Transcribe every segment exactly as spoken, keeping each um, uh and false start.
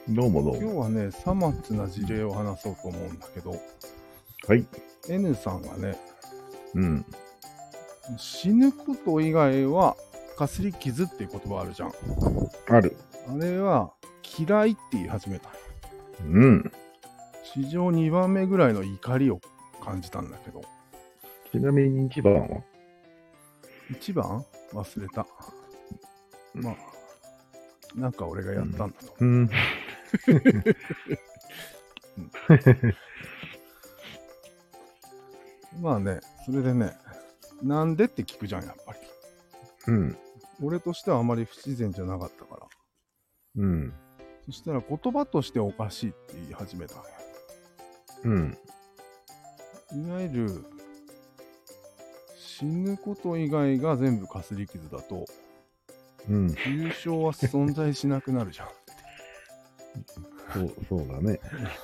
どうもどう今日も。 はね、さまつな事例を話そうと思うんだけど、 はい。 N さんがね、 うん。 死ぬこと以外はかすり傷っていう言葉あるじゃん。 ある。 あれは嫌いって言い始めた。 うん。 史上にばんめぐらいの怒りを感じたんだけど、 ちなみに一番はいちばん忘れた。まあ、なんか俺がやったんだと。 うん。 まあね、それでね、なんでって聞くじゃん、やっぱり。 うん。 俺としてはあまり不自然じゃなかったから。 うん。 そしたら言葉としておかしいって言い始めたのよ。 うん。 いわゆる死ぬこと以外が全部かすり傷だと、 うん。 優勝は存在しなくなるじゃん。 そう、そうだね。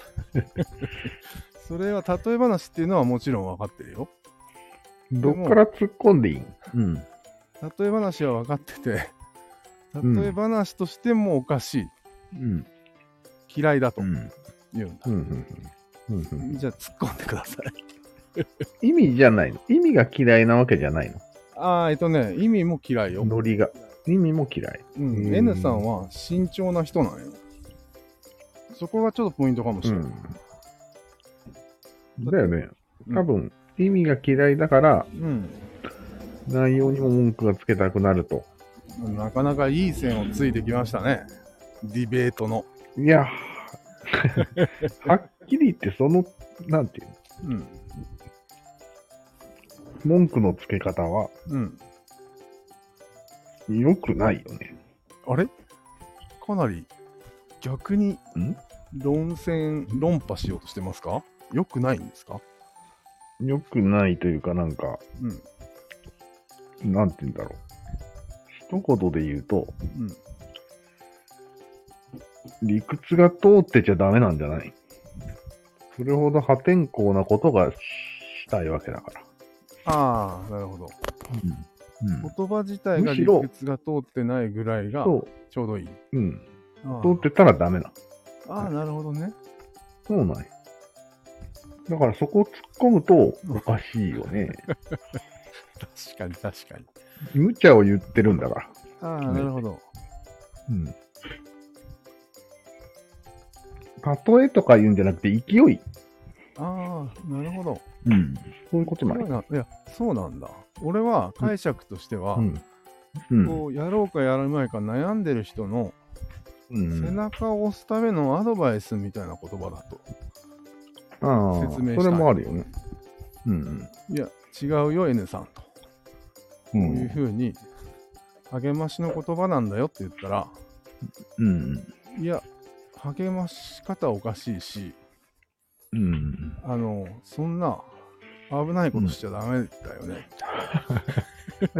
それは例え話っていうのはもちろん分かってるよ。 どっから突っ込んでいいんうん。 例え話は分かってて、例え話としてもおかしい。 うん。 嫌いだとうん。 言うんだ。 うん。うんうんうんじゃあ突っ込んでください。 意味じゃないの意味が嫌いなわけじゃないのああ、えっとね、意味も嫌いよ。 ノリが。意味も嫌い。 うん。N さんは慎重な人なんよ。そこがちょっとポイントかもしれない。 うん、だよね。多分、意味が嫌いだから、 うん、 内容にも文句がつけたくなると。 なかなかいい線をついてきましたね。ディベートの。 いや、はっきり言ってその、なんていうの、うん、文句のつけ方は、うん、良くないよね。 あれかなり逆に論戦、論破しようとしてますか？良くないんですか？ 良くないというかなんか、うん、なんて言うんだろう。一言で言うと、うん、理屈が通ってちゃダメなんじゃない？それほど破天荒なことがしたいわけだから。 ああ、なるほど。うんうん、言葉自体が理屈が通ってないぐらいがちょうどいい。 うん。通ってたらダメな。 ああ、なるほどね。 そうなんや。だからそこを突っ込むとおかしいよね。 確かに確かに。 無茶を言ってるんだから。 ああ、なるほど。 うん。例えとか言うんじゃなくて勢い。 ああ、なるほど。 うん。そういうことなんや。いや、そうなんだ。俺は解釈としては、 うんうん、 こうやろうかやらないか悩んでる人の背中を押すためのアドバイスみたいな言葉だと、 うん、 説明したい。 それもあるよね。うん、 いや、違うよ、N さんと。こういうふうに、励ましの言葉なんだよって言ったら、うん、いや、励まし方はおかしいし、うん、あの、そんな危ないことしちゃダメだよね。 うん、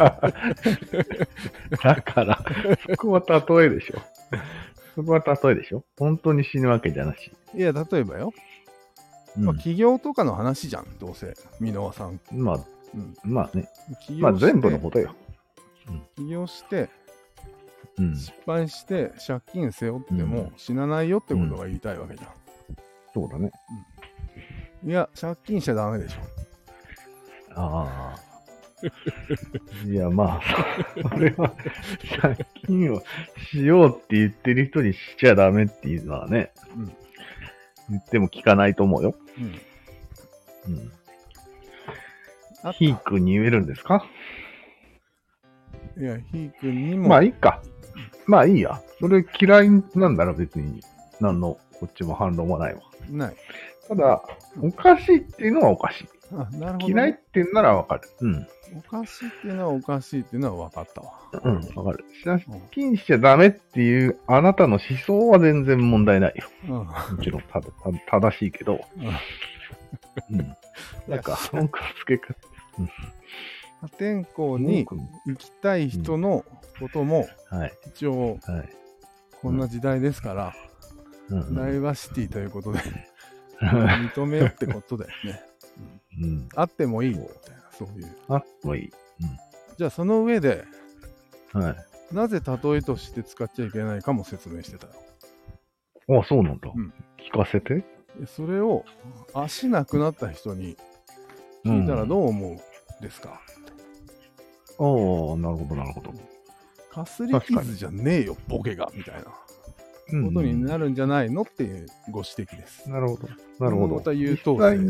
だから、そこは例えでしょ。そこは例えでしょ。本当に死ぬわけじゃなし。 いや、例えばよ。うん、まあ、起業とかの話じゃん、どうせ、箕輪さん。 まあ、うん、まあね。まあ全部のことよ。 起業して、うん、失敗して借金背負っても死なないよってことが言いたいわけじゃん。 うん、そうだね、 うん。いや、借金しちゃダメでしょ。 ああ。いや、まあ、それは、借金をしようって言ってる人にしちゃダメっていうのはね、うん、言っても聞かないと思うよ。うん。うん。ひーくんに言えるんですか？ いや、ひーくんにも。 まあいいか。まあいいや。それ嫌いなんだら別に、何のこっちも反論はないわ。 ない。 ただ、おかしいっていうのはおかしい。 あ、なるほど、ね。 嫌いっていうならわかる。うん。 おかしいっていうのはおかしいっていうのは分かったわ。 うん、わかる。借金しちゃダメっていうあなたの思想は全然問題ないよ。うん、もちろんたた正しいけど。うん。うん、なんか、文句のつけ方。うん、 破天荒に生きたい人のことも、一応、こんな時代ですから、ダイバーシティということで、認めようってことだよね。うん、あってもいいみたいな、そういう。 あってもいい。うん、 じゃあその上で、 はい、 なぜ例えとして使っちゃいけないかも説明してたよ。 あ、そうなんだ。うん、聞かせて。 それを足なくなった人に聞いたらどう思うですか、 うん、ああ、なるほどなるほど。 かすり傷じゃねえよボケがみたいなことになるんじゃないのっていうご指摘です。 なるほどなるほど。 また言う通りな、うん、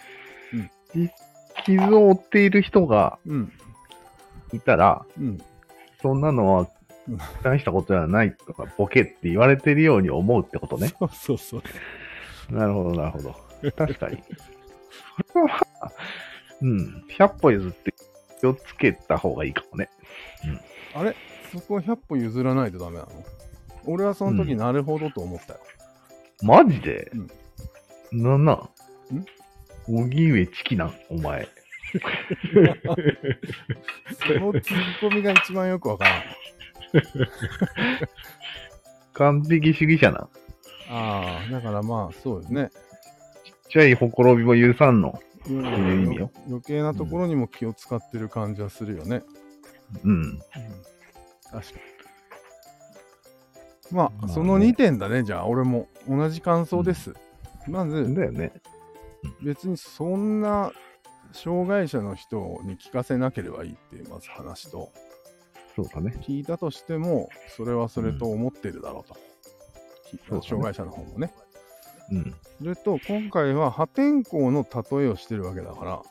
傷を負っている人がいたら、うん、そんなのは大したことではないとかボケって言われてるように思うってことね。 そうそうそう。 なるほどなるほど。確かに。それはうん、ひゃっぽ譲って気をつけた方がいいかもね。 うん、あれそこはひゃっぽ譲らないとダメなの？俺はその時、うん、なるほどと思ったよ。 マジで？うん、なんなん？荻上チキなんお前。 そのツッコミが一番よくわからん。 完璧主義者な。 ああ、だからまあそうですね。 ちっちゃいほころびも許さんのっていう意味よ。 余計なところにも気を使ってる感じはするよね。 うん。うん、 確かに。まあ、まあね、そのにてんだね、じゃあ俺も同じ感想です。うん、まず、 だよね。 別にそんな障害者の人に聞かせなければいいっていうまず話と、 そうだね。 聞いたとしても、それはそれと思ってるだろうと。うん、障害者の方もね。うん。それと、今回は破天荒の例えをしてるわけだから、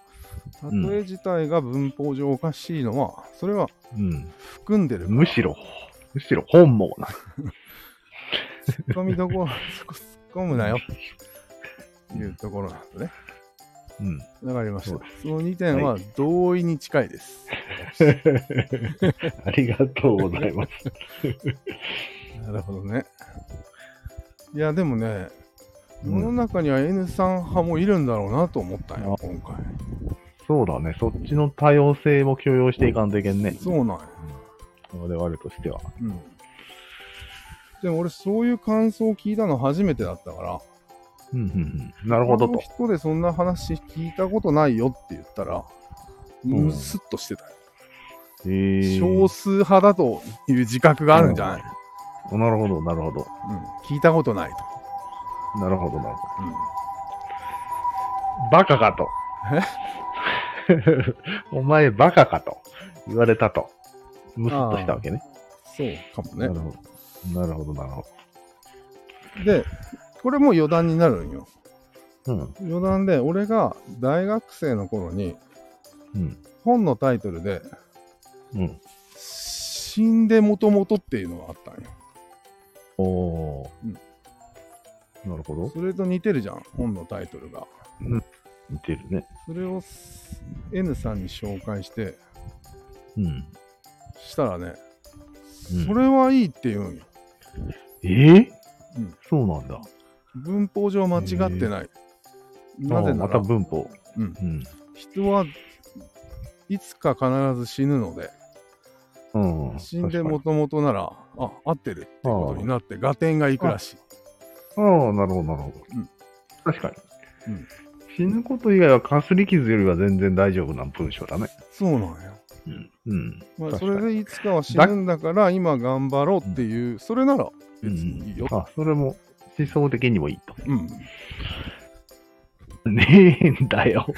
例え自体が文法上おかしいのは、それは含んでる、うん。 むしろ、むしろ本望な。 ツッコミどころ、そこ突っ込むなよ。というところなんだね。うん。わかりました。そのにてんは同意に近いです。 はい、ありがとうございます。 なるほどね。いや、でもね、世の中には N さん派もいるんだろうなと思ったよ、今回。 そうだね。そっちの多様性も許容していかんといけんね。 そうなんや。 我々としては。うん。 でも俺、そういう感想を聞いたの初めてだったから。 うんうんうん。なるほどと。 他の人でそんな話聞いたことないよって言ったら、ムスッとしてたよ。へー。少数派だという自覚があるんじゃない？ うん、なるほど、なるほど。 うん。聞いたことないと。 なるほど、なるほど。うん、バカかと。えお前バカかと言われたと。ムスッとしたわけね。 そうかもね。 なるほど。なるほど、なるほど。で、これも余談になるんよ。うん。余談で、俺が大学生の頃に、うん、本のタイトルで、うん、死んでもともとっていうのがあったんよ。 おー。うん、なるほど。 それと似てるじゃん、本のタイトルが。 うん。似てるね。 それを N さんに紹介して、うん。したらね、うん、それはいいって言うんよ。 えー、うん。そうなんだ。 文法上間違ってない。なぜなら、 また文法。 うん。うん、人はいつか必ず死ぬので、うん、死んでもともとなら、あ、合ってるってことになって、合点がいくらしい。 ああ、なるほど、なるほど。うん、確かに。うん、死ぬこと以外はかすり傷よりは全然大丈夫な文章だね。 そうなんや。うん。うん。まあ、それでいつかは死ぬんだから、今頑張ろうっていう、それなら別にいいよ。 うん、あ、それも思想的にもいいと。うん。ねえんだよ。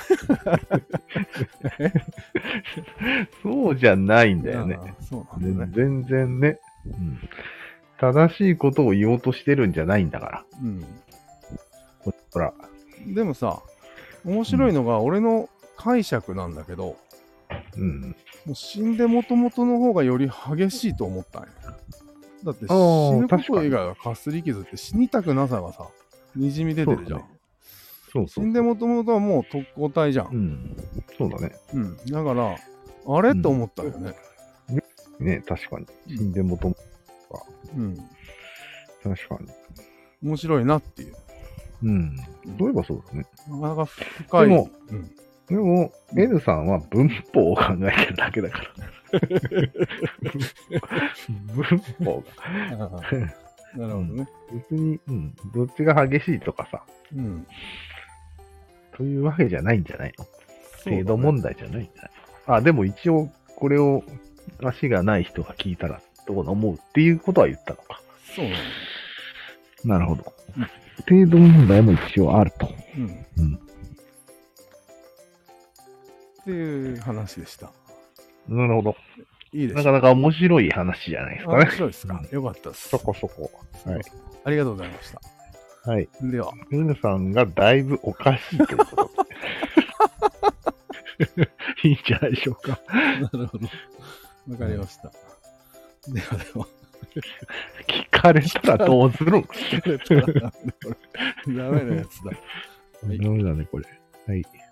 そうじゃないんだよね。そうなんだね。全然ね、うん。正しいことを言おうとしてるんじゃないんだから。うん。ほら。 でもさ、面白いのが俺の解釈なんだけど、うん。もう死んでもともとの方がより激しいと思ったんや。だって死ぬこと以外はかすり傷って死にたくなさがさ、にじみ出てるじゃん。そうそう。死んでもともとはもう特攻隊じゃん。 うん。そうだね。 うん。だから、あれ、うん、と思ったよね。 ね、確かに。死んでもともとは。うん。確かに。 面白いなっていう。 うん。そういえばそうだね。 なかなか深い。 でも、うん、でも、N さんは文法を考えてるだけだから。文法が。 なるほどね。 別に、うん。どっちが激しいとかさ。うん。というわけじゃないんじゃないの、ね、程度問題じゃないんじゃない。あ、でも一応、これを足がない人が聞いたらどう思うっていうことは言ったのか。 そうなの。 なるほど。うん、程度問題も一応あると。うん。うん。 っていう話でした。 なるほど。 いいです。 なかなか面白い話じゃないですかね。 面白いですか。よかったです。 そこそこ。はい。 ありがとうございました。 はい。 では。 皆さんがだいぶおかしいということで。いいんじゃないでしょうか。 なるほど。わかりました。ではでは。 聞かれたらどうするん？ 聞かれたらダメなやつだ。 ダメだね、これ。はい。